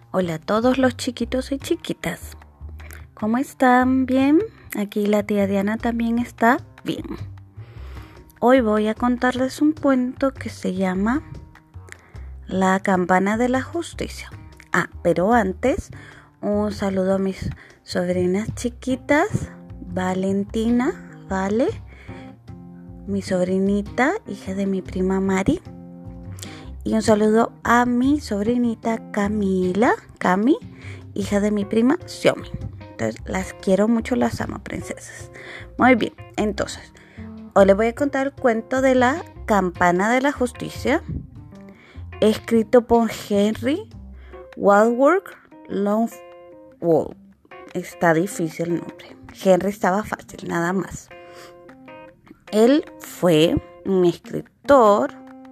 Hola a todos los chiquitos y chiquitas. ¿Cómo están? ¿Bien? Aquí la tía Diana también está bien. Hoy voy a contarles un cuento que se llama La campana de la justicia. Pero antes, un saludo a mis sobrinas chiquitas, Valentina, Vale, mi sobrinita, hija de mi prima Mari. Y un saludo a mi sobrinita Camila, Cami, hija de mi prima Xiomi. Entonces, las quiero mucho, las amo, princesas. Muy bien, entonces, hoy les voy a contar el cuento de la campana de la justicia, escrito por Henry Wadsworth Longfellow. Está difícil el nombre. Henry estaba fácil, nada más. Él fue un escritor,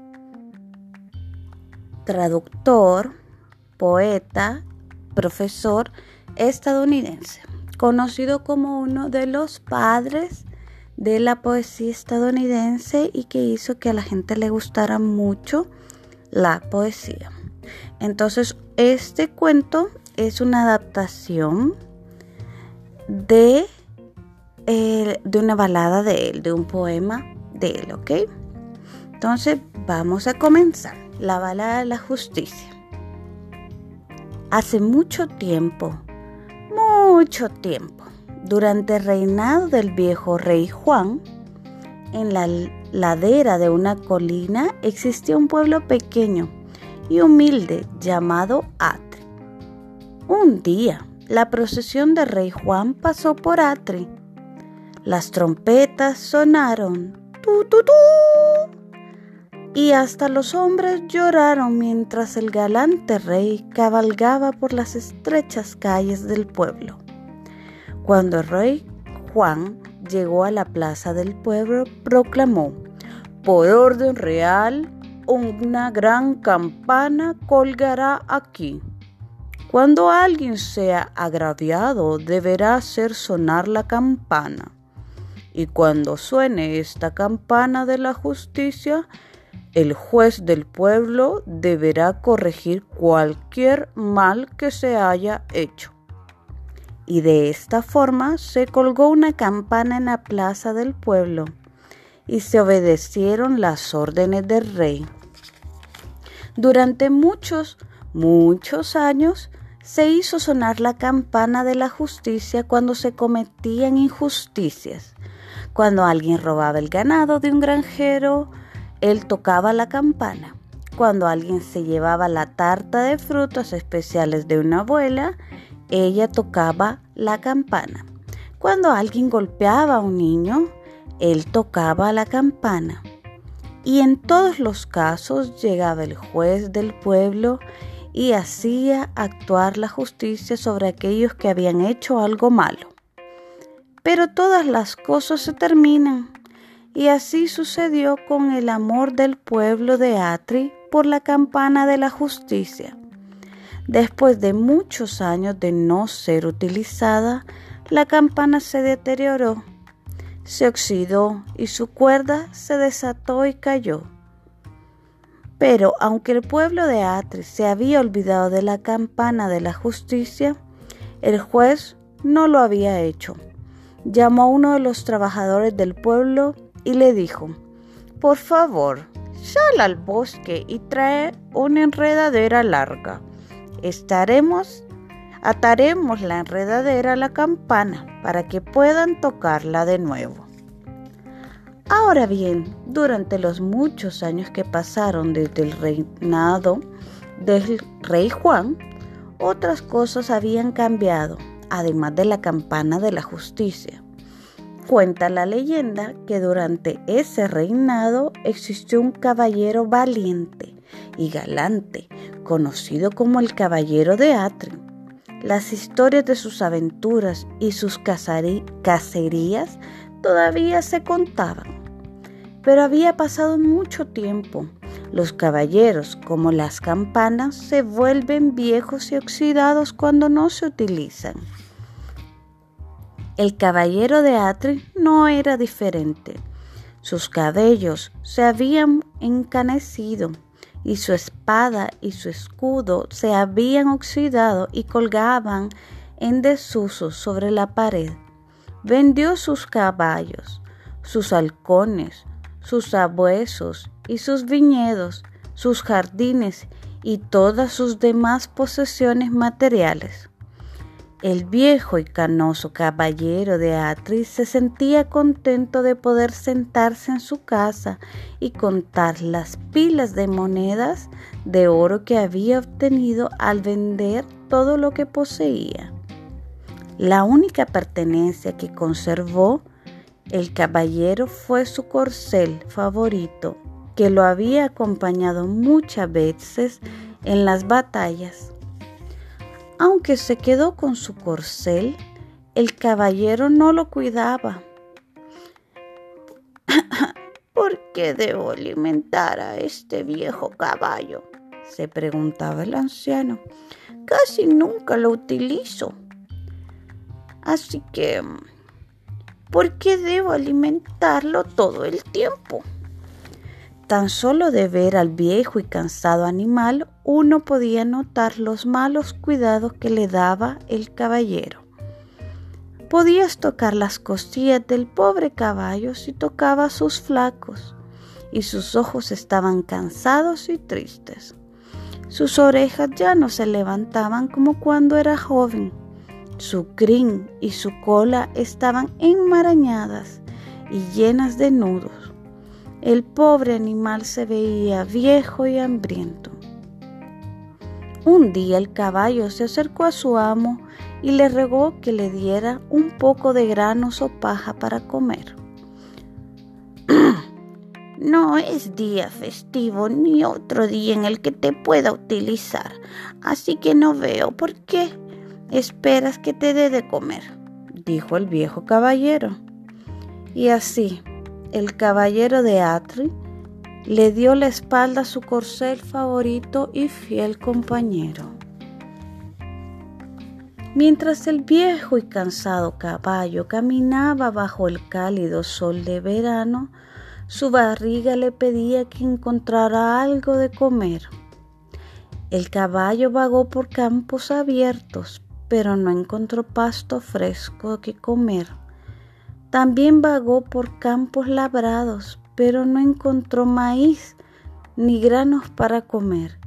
traductor, poeta, profesor estadounidense, conocido como uno de los padres de la poesía estadounidense y que hizo que a la gente le gustara mucho la poesía. Entonces, este cuento es una adaptación de una balada de él, de un poema de él, ¿ok? Entonces, vamos a comenzar. La balada de la justicia. Hace mucho tiempo, durante el reinado del viejo rey Juan, en la ladera de una colina existía un pueblo pequeño y humilde llamado Atri. Un día, la procesión del rey Juan pasó por Atri. Las trompetas sonaron, ¡tu, tu, tu! Y hasta los hombres lloraron mientras el galante rey cabalgaba por las estrechas calles del pueblo. Cuando el rey Juan llegó a la plaza del pueblo, proclamó: por orden real, una gran campana colgará aquí. Cuando alguien sea agraviado, deberá hacer sonar la campana. Y cuando suene esta campana de la justicia, el juez del pueblo deberá corregir cualquier mal que se haya hecho. Y de esta forma se colgó una campana en la plaza del pueblo y se obedecieron las órdenes del rey. Durante muchos años se hizo sonar la campana de la justicia cuando se cometían injusticias. Cuando alguien robaba el ganado de un granjero, él tocaba la campana. Cuando alguien se llevaba la tarta de frutas especiales de una abuela, ella tocaba la campana. Cuando alguien golpeaba a un niño, él tocaba la campana. Y en todos los casos llegaba el juez del pueblo y hacía actuar la justicia sobre aquellos que habían hecho algo malo. Pero todas las cosas se terminan. Y así sucedió con el amor del pueblo de Atri por la campana de la justicia. Después de muchos años de no ser utilizada, la campana se deterioró, se oxidó y su cuerda se desató y cayó. Pero aunque el pueblo de Atri se había olvidado de la campana de la justicia, el juez no lo había hecho. Llamó a uno de los trabajadores del pueblo y le dijo: por favor, sal al bosque y trae una enredadera larga. Ataremos la enredadera a la campana para que puedan tocarla de nuevo. Ahora bien, durante los muchos años que pasaron desde el reinado del rey Juan, otras cosas habían cambiado, además de la campana de la justicia. Cuenta la leyenda que durante ese reinado existió un caballero valiente y galante, conocido como el Caballero de Atri. Las historias de sus aventuras y sus cacerías todavía se contaban. Pero había pasado mucho tiempo. Los caballeros, como las campanas, se vuelven viejos y oxidados cuando no se utilizan. El caballero de Atri no era diferente. Sus cabellos se habían encanecido y su espada y su escudo se habían oxidado y colgaban en desuso sobre la pared. Vendió sus caballos, sus halcones, sus sabuesos y sus viñedos, sus jardines y todas sus demás posesiones materiales. El viejo y canoso caballero de Atri se sentía contento de poder sentarse en su casa y contar las pilas de monedas de oro que había obtenido al vender todo lo que poseía. La única pertenencia que conservó el caballero fue su corcel favorito, que lo había acompañado muchas veces en las batallas. Aunque se quedó con su corcel, el caballero no lo cuidaba. ¿Por qué debo alimentar a este viejo caballo?, se preguntaba el anciano. Casi nunca lo utilizo. Así que, ¿por qué debo alimentarlo todo el tiempo? Tan solo de ver al viejo y cansado animal, uno podía notar los malos cuidados que le daba el caballero. Podías tocar las costillas del pobre caballo si tocaba sus flacos, y sus ojos estaban cansados y tristes. Sus orejas ya no se levantaban como cuando era joven. Su crin y su cola estaban enmarañadas y llenas de nudos. El pobre animal se veía viejo y hambriento. Un día el caballo se acercó a su amo y le rogó que le diera un poco de granos o paja para comer. No es día festivo ni otro día en el que te pueda utilizar, así que no veo por qué esperas que te dé de comer, dijo el viejo caballero. Y así, el caballero de Atri le dio la espalda a su corcel favorito y fiel compañero. Mientras el viejo y cansado caballo caminaba bajo el cálido sol de verano, su barriga le pedía que encontrara algo de comer. El caballo vagó por campos abiertos, pero no encontró pasto fresco que comer. También vagó por campos labrados, pero no encontró maíz ni granos para comer.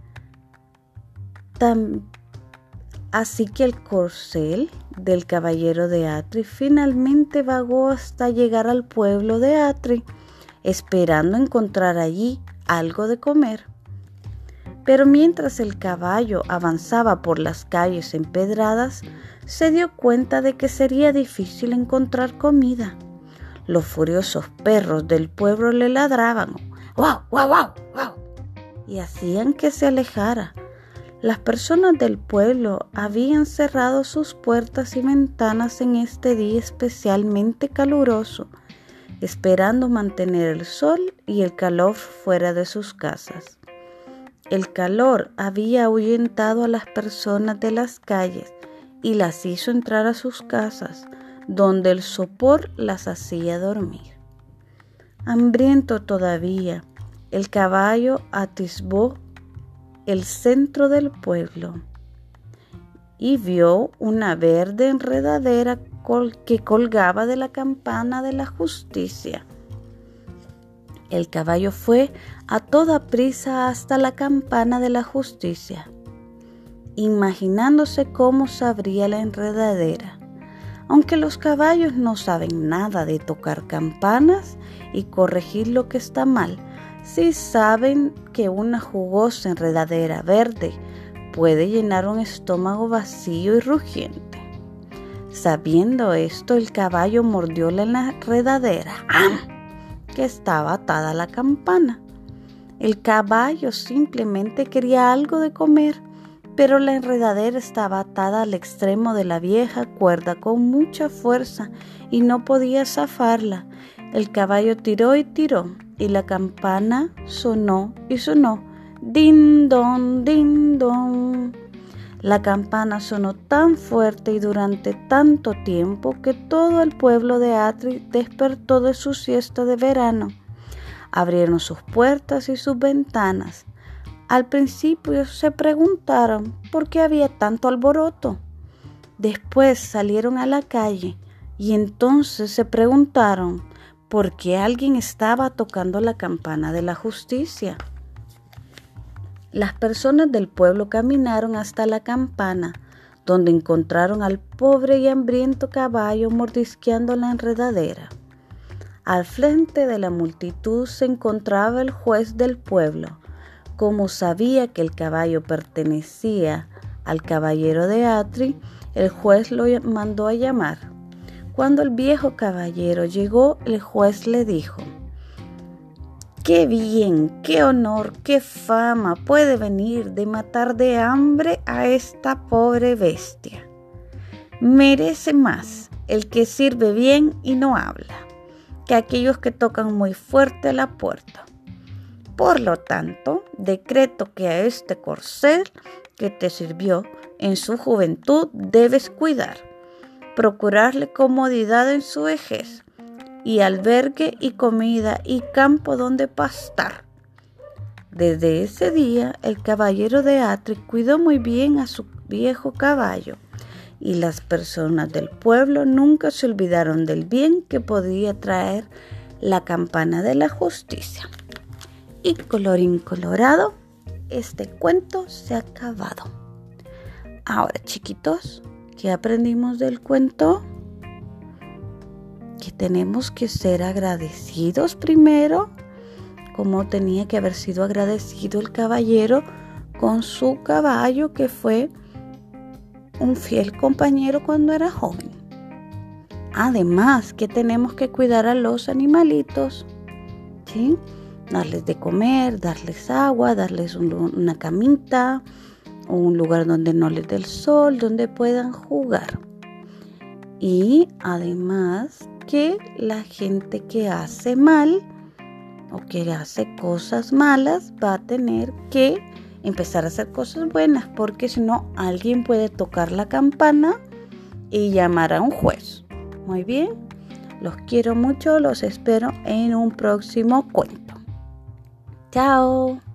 Así que el corcel del caballero de Atri finalmente vagó hasta llegar al pueblo de Atri, esperando encontrar allí algo de comer. Pero mientras el caballo avanzaba por las calles empedradas, se dio cuenta de que sería difícil encontrar comida. Los furiosos perros del pueblo le ladraban, ¡guau, guau, guau, guau!, y hacían que se alejara. Las personas del pueblo habían cerrado sus puertas y ventanas en este día especialmente caluroso, esperando mantener el sol y el calor fuera de sus casas. El calor había ahuyentado a las personas de las calles y las hizo entrar a sus casas, donde el sopor las hacía dormir. Hambriento todavía, el caballo atisbó el centro del pueblo y vio una verde enredadera que colgaba de la campana de la justicia. El caballo fue a toda prisa hasta la campana de la justicia, imaginándose cómo se abría la enredadera. Aunque los caballos no saben nada de tocar campanas y corregir lo que está mal, sí saben que una jugosa enredadera verde puede llenar un estómago vacío y rugiente. Sabiendo esto, el caballo mordió la enredadera que estaba atada a la campana. El caballo simplemente quería algo de comer, pero la enredadera estaba atada al extremo de la vieja cuerda con mucha fuerza y no podía zafarla. El caballo tiró y tiró, y la campana sonó y sonó. ¡Din don, din don! La campana sonó tan fuerte y durante tanto tiempo que todo el pueblo de Atri despertó de su siesta de verano. Abrieron sus puertas y sus ventanas Al principio se preguntaron por qué había tanto alboroto. Después salieron a la calle y entonces se preguntaron por qué alguien estaba tocando la campana de la justicia. Las personas del pueblo caminaron hasta la campana, donde encontraron al pobre y hambriento caballo mordisqueando la enredadera. Al frente de la multitud se encontraba el juez del pueblo. Como sabía que el caballo pertenecía al caballero de Atri, el juez lo mandó a llamar. Cuando el viejo caballero llegó, el juez le dijo: ¡Qué bien, qué honor, qué fama puede venir de matar de hambre a esta pobre bestia! Merece más el que sirve bien y no habla, que aquellos que tocan muy fuerte a la puerta. Por lo tanto, decreto que a este corcel que te sirvió en su juventud debes cuidar, procurarle comodidad en su vejez, y albergue y comida y campo donde pastar. Desde ese día, el caballero de Atri cuidó muy bien a su viejo caballo, y las personas del pueblo nunca se olvidaron del bien que podía traer la campana de la justicia. Y colorín colorado, este cuento se ha acabado. Ahora, chiquitos, ¿qué aprendimos del cuento? Que tenemos que ser agradecidos primero, como tenía que haber sido agradecido el caballero con su caballo, que fue un fiel compañero cuando era joven. Además, que tenemos que cuidar a los animalitos, ¿sí? Darles de comer, darles agua, darles una camita, o un lugar donde no les dé el sol, donde puedan jugar. Y además que la gente que hace mal o que hace cosas malas va a tener que empezar a hacer cosas buenas, porque si no, alguien puede tocar la campana y llamar a un juez. Muy bien, los quiero mucho, los espero en un próximo cuento. Chao.